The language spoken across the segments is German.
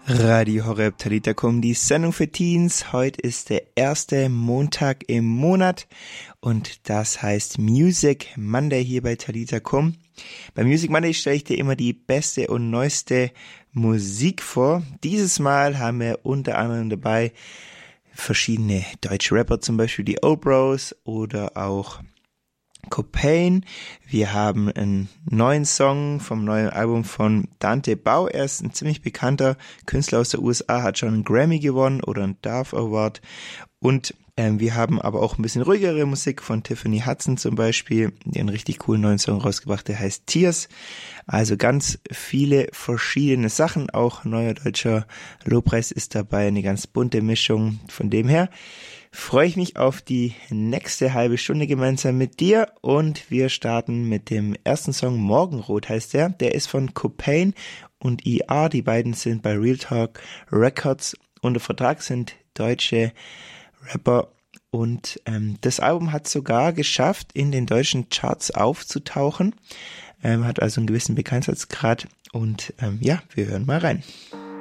Radio Horeb Talita Kum, die Sendung für Teens. Heute ist der erste Montag im Monat und das heißt Music Monday hier bei Talita Kum. Bei Music Monday stelle ich dir immer die beste und neueste Musik vor. Dieses Mal haben wir unter anderem dabei verschiedene deutsche Rapper, zum Beispiel die Obros oder auch Copain. Wir haben einen neuen Song vom neuen Album von Dante Bau. Er ist ein ziemlich bekannter Künstler aus der USA, hat schon einen Grammy gewonnen oder einen Dove Award. Und wir haben aber auch ein bisschen ruhigere Musik von Tiffany Hudson zum Beispiel, die einen richtig coolen neuen Song rausgebracht, der heißt Tears. Also ganz viele verschiedene Sachen, auch neuer deutscher Lobpreis ist dabei, eine ganz bunte Mischung. Von dem her freue ich mich auf die nächste halbe Stunde gemeinsam mit dir und wir starten mit dem ersten Song, Morgenrot heißt der. Der ist von Copain und ER, die beiden sind bei Real Talk Records unter Vertrag, sind deutsche Rapper und das Album hat sogar geschafft, in den deutschen Charts aufzutauchen, hat also einen gewissen Bekanntheitsgrad und ja, wir hören mal rein.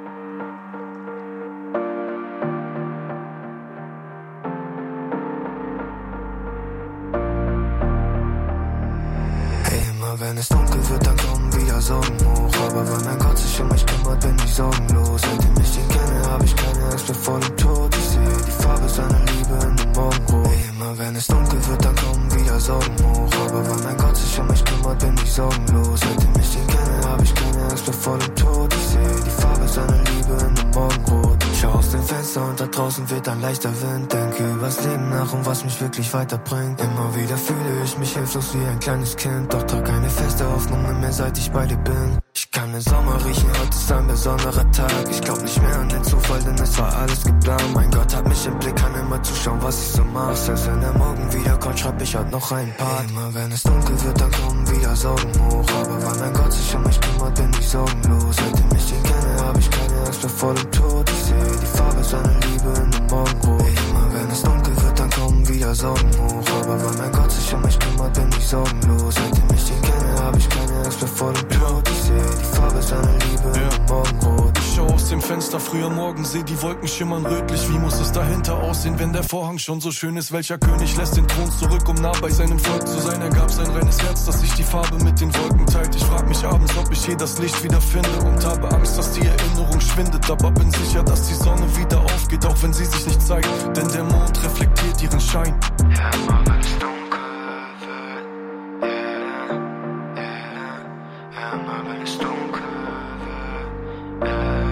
Wenn es dunkel wird, dann kommen wieder Sorgen hoch. Aber weil mein Gott sich um mich kümmert, bin ich sorgenlos. Seitdem ich ihn kenne, hab ich keine Angst mehr vor dem Tod. Ich sehe die Farbe seiner Liebe in dem Morgenrot. Immer wenn es dunkel wird, dann kommen wieder Sorgen hoch. Aber weil mein Gott sich um mich kümmert, bin ich sorgenlos. Seitdem ich ihn kenne, hab ich keine Angst mehr vor dem Tod. Ich sehe die Farbe seiner Liebe in dem Morgenrot. Schau aus dem Fenster und da draußen weht ein leichter Wind. Denke übers Leben nach und was mich wirklich weiterbringt. Immer wieder fühle ich mich hilflos wie ein kleines Kind. Doch trag keine feste Hoffnung in mir, seit ich bei dir bin. Ich kann den Sommer riechen, heute ist ein besonderer Tag. Ich glaub nicht mehr an den Zufall, denn es war alles geplant. Mein Gott hat mich im Blick, kann immer zuschauen, was ich so mach. Selbst wenn der Morgen wiederkommt, schreib ich halt noch ein Part. Immer wenn es dunkel wird, dann kommen wieder Sorgen hoch. Aber weil mein Gott sich um mich kümmert, bin ich sorgenlos. Seitdem ich ihn kenne, hab ich keine Angst mehr vor dem Tod. Ich sehe die Farbe seiner Liebe in dem Morgenrot. Immer wenn es dunkel wird, dann kommen wieder Sorgen hoch. Aber weil mein Gott sich um mich kümmert, bin ich sorgenlos. Seitdem ich ihn kenne, hab ich keine Angst mehr vor dem Tod. Ich sehe die Farbe seiner Liebe in dem Morgenrot. Ich schau aus dem Fenster früher morgen, seh die Wolken schimmern rötlich. Wie muss es dahinter aussehen, wenn der Vorhang schon so schön ist? Welcher König lässt den Thron zurück, um nah bei seinem Volk zu sein? Er gab sein reines Herz, dass sich die Farbe mit den Wolken teilt. Ich frag mich abends, ob ich je das Licht wieder finde und habe Angst, dass die Erinnerung schwindet. Aber bin sicher, dass die Sonne wieder aufgeht, auch wenn sie sich nicht zeigt. Denn der Mond reflektiert ihren Schein. Ja, immer wenn es dunkel wird. Ja, immer wenn es dunkel wird.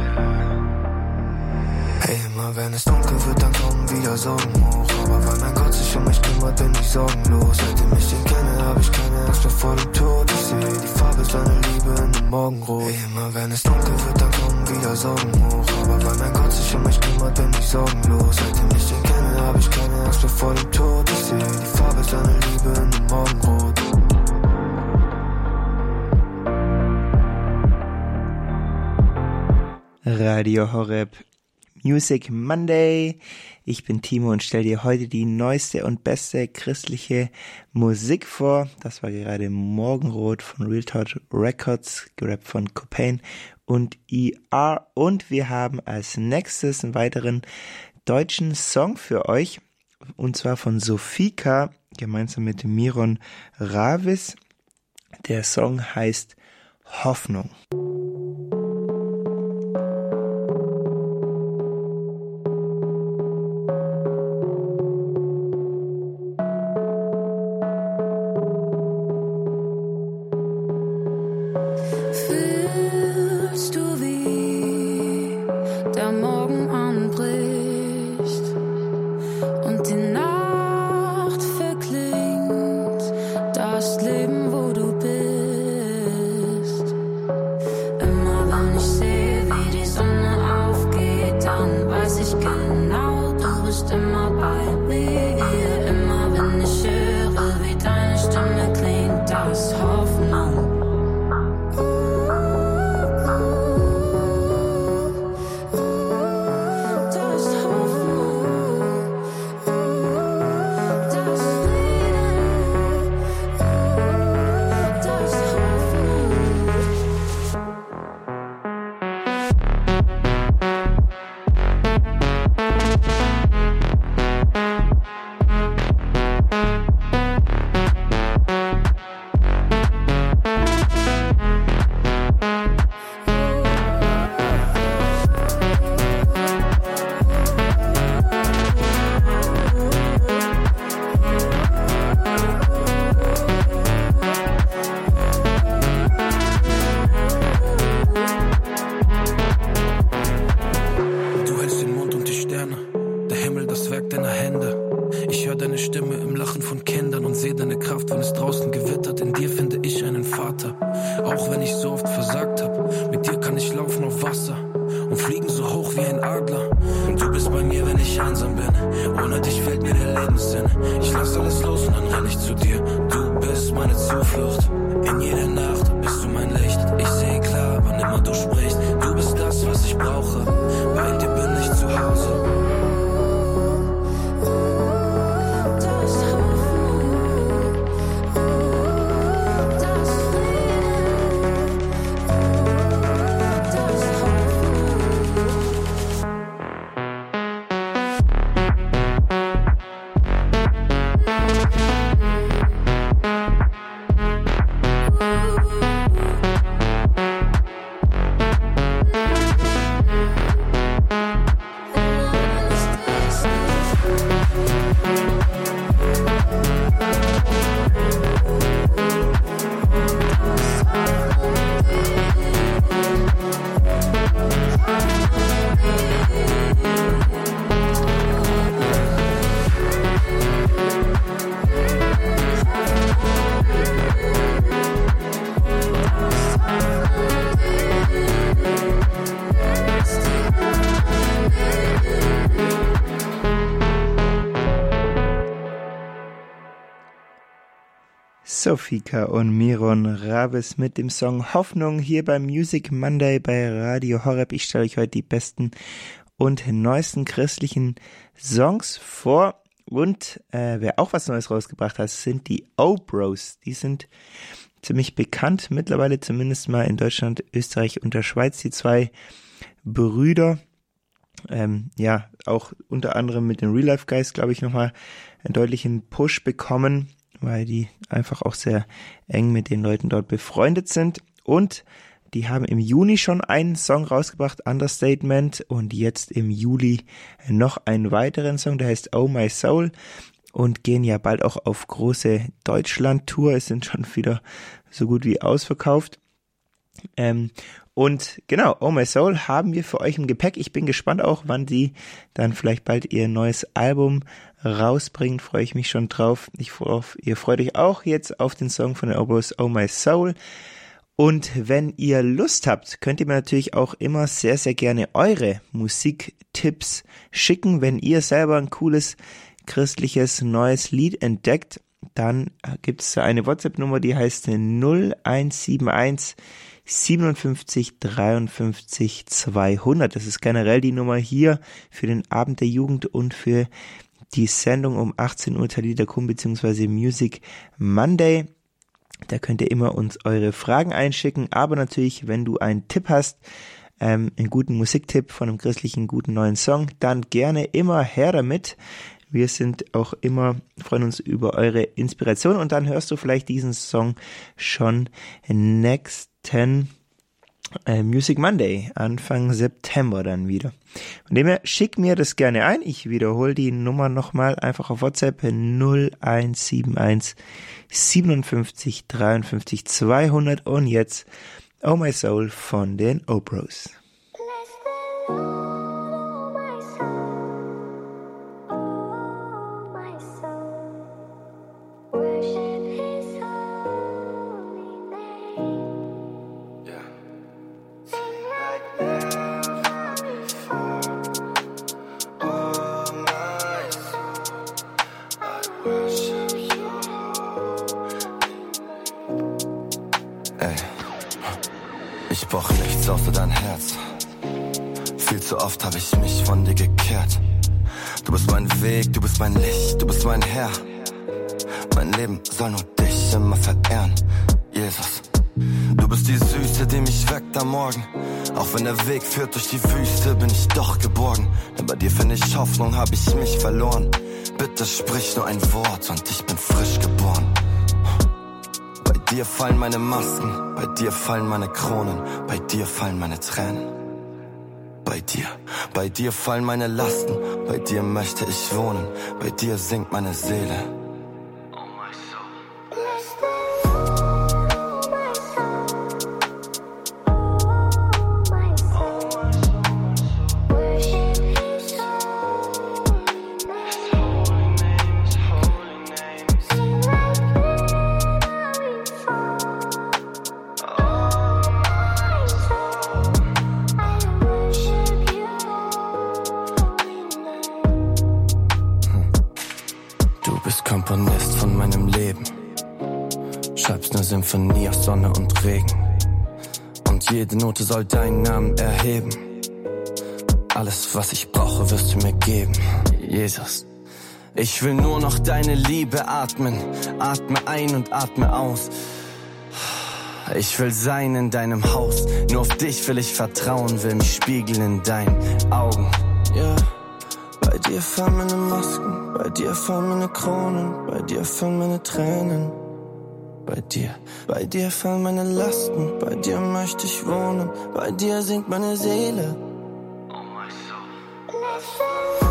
Hey, immer wenn es dunkel wird, dann kommen wieder Sorgen hoch. Aber weil mein Gott sich um mich kümmert, bin ich sorgenlos. Seitdem ich ihn kenne, hab ich keine Angst mehr vor dem Tod. Ich sehe die Farbe seiner Liebe in dem Morgenrot. Hey, immer wenn es dunkel wird, dann kommen wieder Sorgen hoch. Aber weil mein Gott sich um mich kümmert, bin ich sorgenlos. Seitdem ich ihn kenne, hab ich keine Angst mehr vor dem Tod. Ich sehe die Farbe seiner Liebe in dem Morgenrot. Radio Horeb Music Monday. Ich bin Timo und stelle dir heute die neueste und beste christliche Musik vor. Das war gerade Morgenrot von Real Talk Records, gerappt von Copain und ER. Und wir haben als nächstes einen weiteren deutschen Song für euch. Und zwar von Sofika, gemeinsam mit Miron Ravis. Der Song heißt Hoffnung. Fühlst du, wie der Morgen anbricht und die Nacht verklingt, das Leben, wo du bist? Immer wenn ich sehe, wie die Sonne aufgeht, dann weiß ich genau, du bist immer bei mir. Immer wenn ich höre, wie deine Stimme klingt, das ist Hoffnung. fliegen so hoch wie ein Adler. Und du bist bei mir, wenn ich einsam bin. Ohne dich fehlt mir der Lebenssinn. Ich lass alles los und dann renn ich zu dir. Du bist meine Zuflucht. In jeder Nacht bist du mein Licht. Ich sehe klar, wann immer du sprichst. Du bist das, was ich brauche. Bei dir bin ich zu Hause. Sofika und Miron Rabes mit dem Song Hoffnung hier beim Music Monday bei Radio Horeb. Ich stelle euch heute die besten und neuesten christlichen Songs vor. Und wer auch was Neues rausgebracht hat, sind die O-Bros. Die sind ziemlich bekannt, mittlerweile zumindest mal in Deutschland, Österreich und der Schweiz. Die zwei Brüder, auch unter anderem mit den Real Life Guys, glaube ich, nochmal einen deutlichen Push bekommen, weil die einfach auch sehr eng mit den Leuten dort befreundet sind. Und die haben im Juni schon einen Song rausgebracht, Understatement, und jetzt im Juli noch einen weiteren Song, der heißt Oh My Soul, und gehen ja bald auch auf große Deutschland-Tour. Es sind schon wieder so gut wie ausverkauft. Und genau, Oh My Soul haben wir für euch im Gepäck. Ich bin gespannt auch, wann die dann vielleicht bald ihr neues Album rausbringen. Freue ich mich schon drauf. Ihr freut euch auch jetzt auf den Song von den O-Bros, Oh My Soul. Und wenn ihr Lust habt, könnt ihr mir natürlich auch immer sehr, sehr gerne eure Musiktipps schicken. Wenn ihr selber ein cooles christliches neues Lied entdeckt, dann gibt es eine WhatsApp-Nummer, die heißt 0171 57 53 200. Das ist generell die Nummer hier für den Abend der Jugend und für die Sendung um 18 Uhr Talita Kum bzw. Music Monday. Da könnt ihr immer uns eure Fragen einschicken, aber natürlich, wenn du einen Tipp hast, einen guten Musiktipp von einem christlichen guten neuen Song, dann gerne immer her damit. Wir sind auch immer, freuen uns über eure Inspiration, und dann hörst du vielleicht diesen Song schon nächsten Music Monday, Anfang September dann wieder. Von dem her, schick mir das gerne ein. Ich wiederhole die Nummer nochmal, einfach auf WhatsApp 0171 57 53 200, und jetzt Oh My Soul von den O-Bros. Ich brauch nichts außer dein Herz. Viel zu oft habe ich mich von dir gekehrt. Du bist mein Weg, du bist mein Licht, du bist mein Herr. Mein Leben soll nur dich immer verehren, Jesus. Du bist die Süße, die mich weckt am Morgen. Auch wenn der Weg führt durch die Wüste, bin ich doch geborgen. Denn bei dir finde ich Hoffnung, hab ich mich verloren. Bitte sprich nur ein Wort und ich bin frisch geboren. Bei dir fallen meine Masken, bei dir fallen meine Kronen, bei dir fallen meine Tränen. Bei dir fallen meine Lasten, bei dir möchte ich wohnen, bei dir singt meine Seele. Komponist von meinem Leben. Schreibst ne Symphonie aus Sonne und Regen. Und jede Note soll deinen Namen erheben. Alles, was ich brauche, wirst du mir geben. Jesus. Ich will nur noch deine Liebe atmen. Atme ein und atme aus. Ich will sein in deinem Haus. Nur auf dich will ich vertrauen. Will mich spiegeln in deinen Augen. Ja. Bei dir fallen meine Masken. Bei dir fallen meine Kronen. Bei dir fallen meine Tränen. Bei dir fallen meine Lasten. Bei dir möchte ich wohnen. Bei dir singt meine Seele. Oh my soul.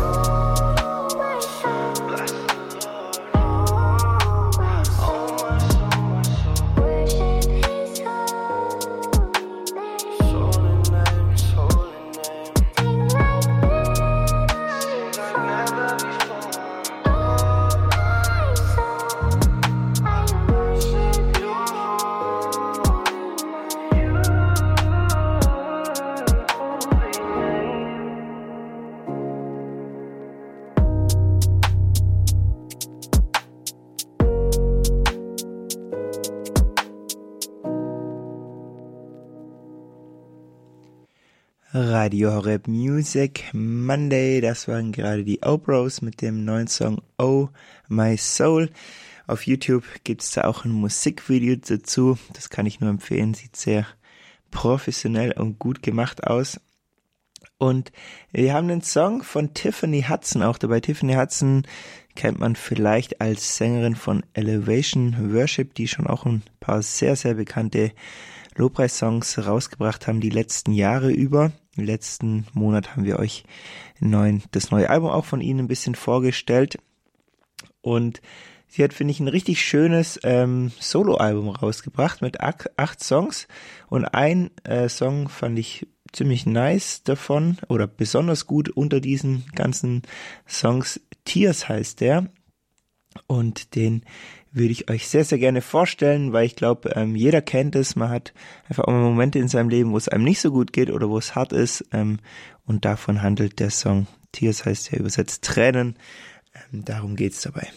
Radio Horeb Music Monday, das waren gerade die Obros mit dem neuen Song Oh My Soul. Auf YouTube gibt's da auch ein Musikvideo dazu, das kann ich nur empfehlen, sieht sehr professionell und gut gemacht aus. Und wir haben einen Song von Tiffany Hudson auch dabei. Tiffany Hudson kennt man vielleicht als Sängerin von Elevation Worship, die schon auch ein paar sehr, sehr bekannte Lobpreis-Songs rausgebracht haben die letzten Jahre über. Im letzten Monat haben wir euch das neue Album auch von ihnen ein bisschen vorgestellt. Und sie hat, finde ich, ein richtig schönes Solo-Album rausgebracht mit 8 Songs. Und ein Song fand ich ziemlich nice davon oder besonders gut unter diesen ganzen Songs. Tears heißt der. Und den würde ich euch sehr, sehr gerne vorstellen, weil ich glaube, jeder kennt es. Man hat einfach auch mal Momente in seinem Leben, wo es einem nicht so gut geht oder wo es hart ist. Und davon handelt der Song. Tears heißt ja übersetzt Tränen. Darum geht's dabei.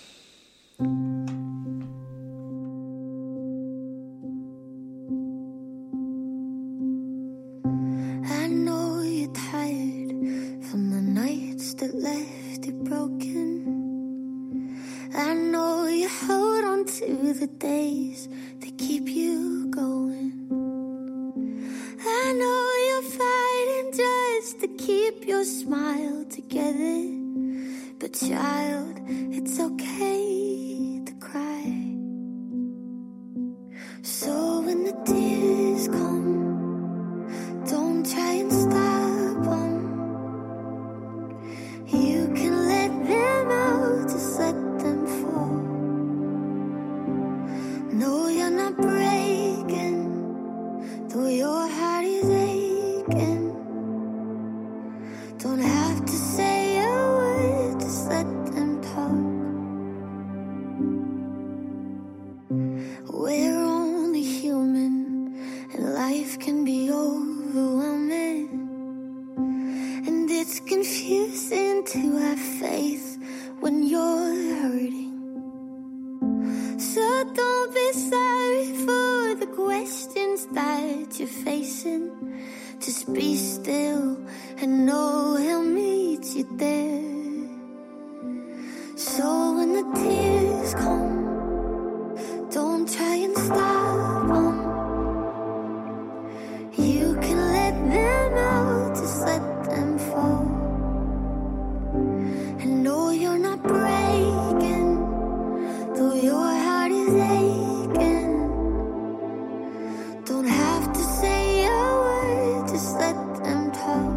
I know you're tired from the nights that left you broken. I know you hold on to the days that keep you going. I know you're fighting just to keep your smile together. But child, it's okay to cry. So when the tears come, don't try and stop them. You can let them out, just let them fall. No, you're not breaking, though your heart is aching. Don't have to say a word, just let them talk. We're only human, and life can be overwhelming. And it's confusing to have faith when you're hurting. So don't be sorry for the questions that you're facing. Just be still and know He'll meet you there. So when the tears come, don't try and stop them. You can let them out, just let them fall. And know you're not breaking, though your heart is aching. Don't have to say a word, just let them talk.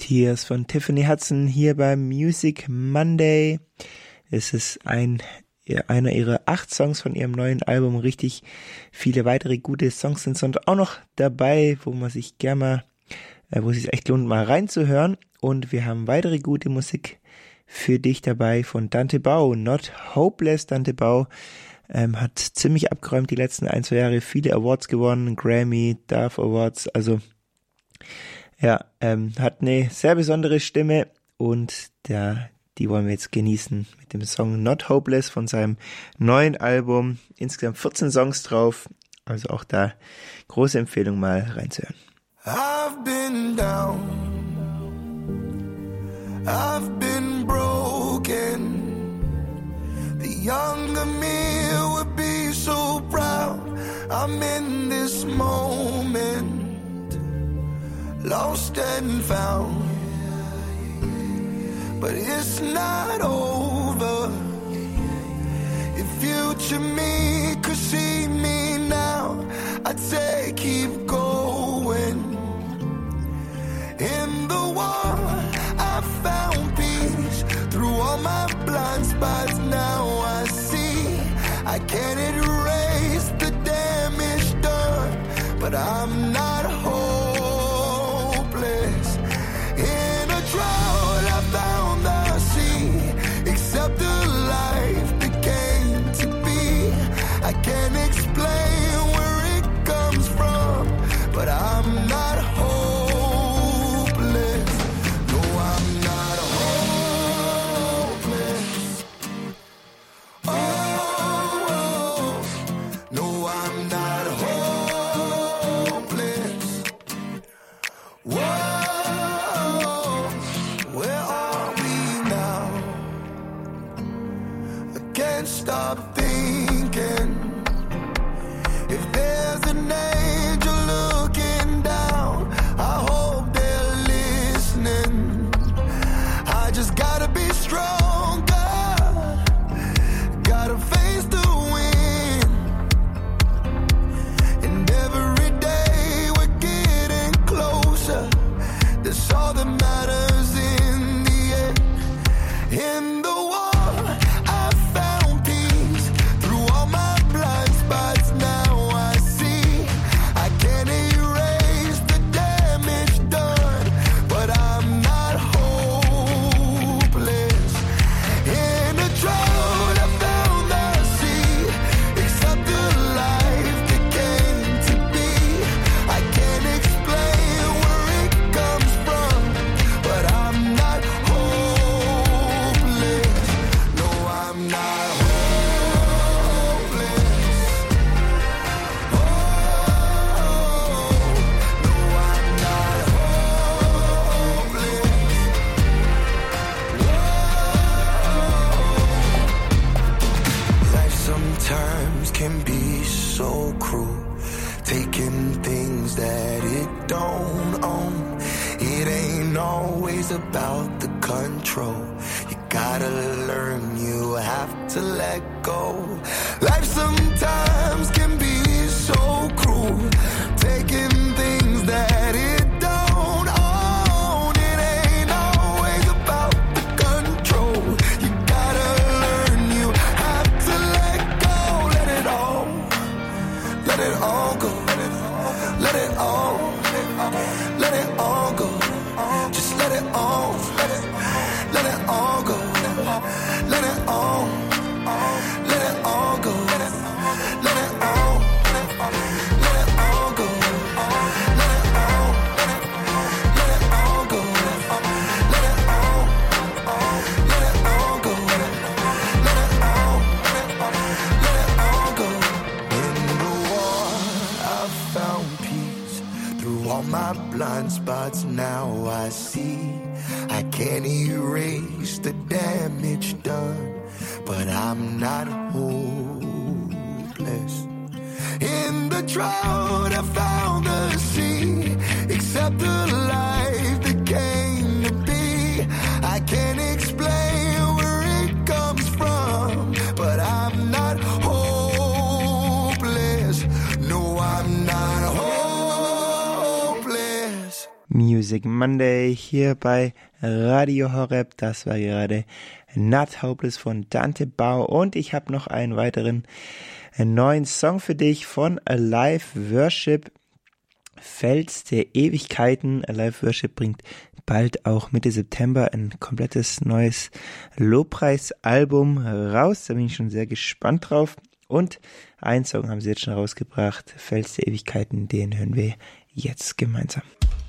Tears von Tiffany Hudson hier beim Music Monday. Es ist einer ihrer 8 Songs von ihrem neuen Album. Richtig viele weitere gute Songs sind auch noch dabei, wo es sich echt lohnt, mal reinzuhören. Und wir haben weitere gute Musik für dich dabei von Dante Bau. Not Hopeless. Dante Bau hat ziemlich abgeräumt die letzten 1-2 Jahre, viele Awards gewonnen, Grammy, Dove Awards, also ja, hat eine sehr besondere Stimme und die wollen wir jetzt genießen mit dem Song Not Hopeless von seinem neuen Album. Insgesamt 14 Songs drauf, also auch da große Empfehlung, mal reinzuhören. I've been down, I've been broken. The younger me would be so proud. I'm in this moment, lost and found, but it's not over. If future me could see me now, I'd say keep going. In the war, I found peace through all my blind spots. Now I see I can't erase the damage done, but I'm not hopeless. In a drought, I found the sea, except the life that came to be. I can't explain where it comes from, but I'm not hopeless. No, I'm not hopeless. Oh, no, I'm not hopeless. Whoa, where are we now? I can't stop thinking. If there's an angel looking down, I hope they're listening. I just gotta be stronger, gotta face the wind. And every day we're getting closer. That's all that matters in the end. In the war, I found peace through all my blind spots. Now I see I can't erase the damage done, but I'm not hopeless. In a drought, I found the sea, except the life that came to be. I can't explain where it comes from, but I'm not hopeless. No, I'm not hopeless. Oh, no, I'm not hopeless. Life sometimes can be so cruel, taking things that it don't own. It ain't always about the control. You gotta learn, you have to let go. Life sometimes can be so cruel, taking things that it don't own. It ain't always about the control. You gotta learn, you have to let go. Let it all go. Let it all go. Just let it all go. Let it all go. Let it all go. Let it all go. Let it all go. Let it all go. In the war, I found peace through all my blind spots. Now I see I can't erase the damage done, but I'm not hopeless. In the drought, I found the sea, except the life that came to be. I can't explain where it comes from, but I'm not hopeless. No, I'm not hopeless. Music Monday hier bei Radio Horeb. Das war gerade Not Hopeless von Dante Bau und ich habe noch einen weiteren neuen Song für dich von Alive Worship, Fels der Ewigkeiten. Alive Worship bringt bald auch Mitte September ein komplettes neues Lobpreisalbum raus. Da bin ich schon sehr gespannt drauf. Und einen Song haben sie jetzt schon rausgebracht, Fels der Ewigkeiten, den hören wir jetzt gemeinsam.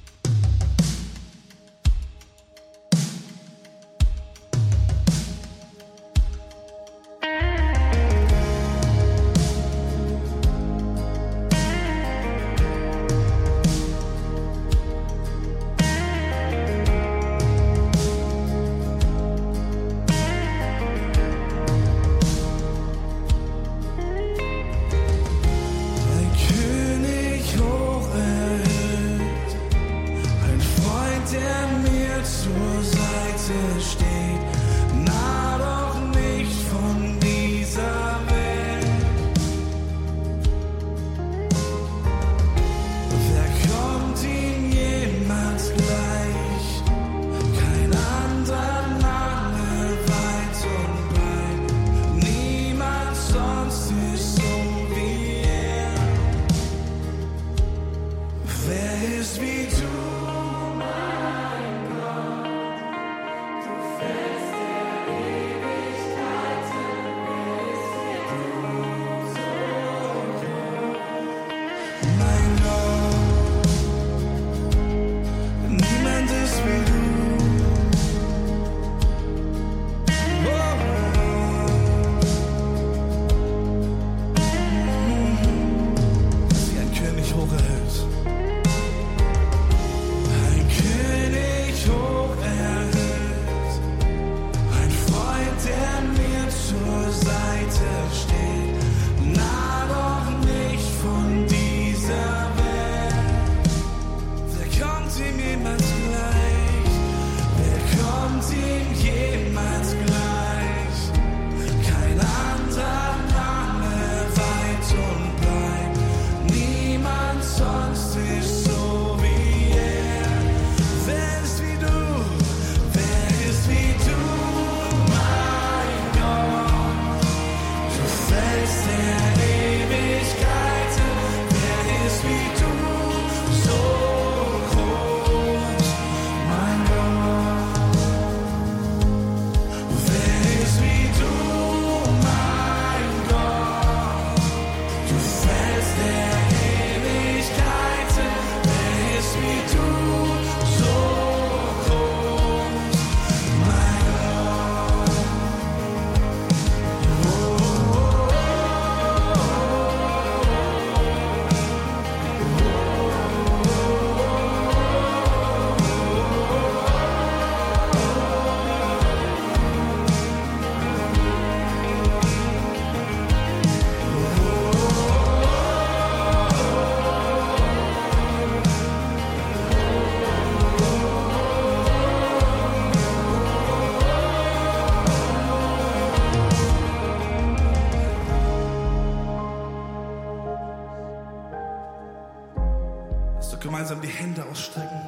Gemeinsam die Hände ausstrecken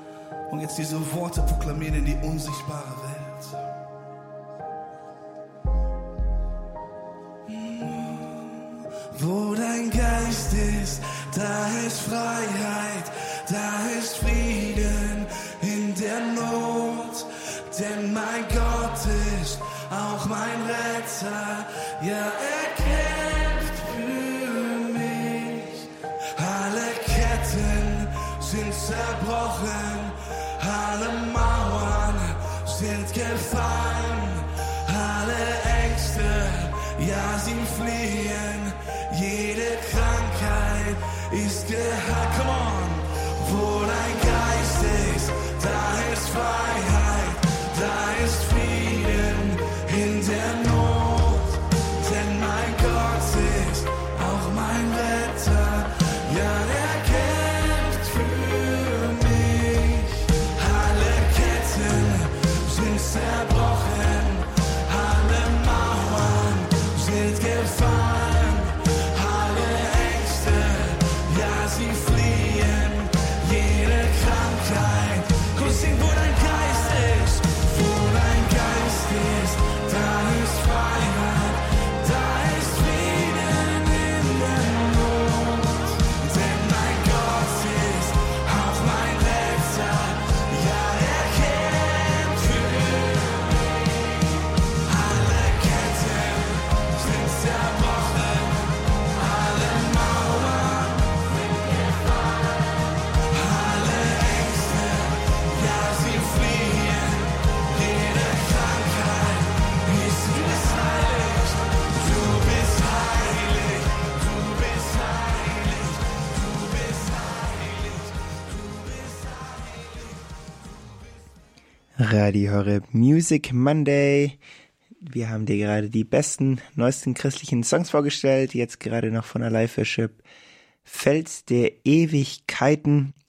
und jetzt diese Worte proklamieren in die unsichtbare Welt. Wo dein Geist ist, da ist Freiheit, da ist Frieden in der Not. Denn mein Gott ist auch mein Retter, ja, er kämpft für mich. Alle Ketten sind zerbrochen, alle Mauern sind gefallen, alle Ängste, ja, sie fliehen, jede Krankheit ist geheilt. Come on! Wo dein Geist ist, da ist Freiheit, da ist Frieden in der Not. Denn mein Gott ist auch mein Retter, ja, er kämpft für mich. Alle Ketten sind zerbrochen, alle Mauern sind gefallen, alle Ängste, ja, sie fliehen, jede Krankheit Radio Horeb Music Monday. Wir haben dir gerade die besten, neuesten christlichen Songs vorgestellt. Jetzt gerade noch von Alive Worship. Fels der Ewigkeiten.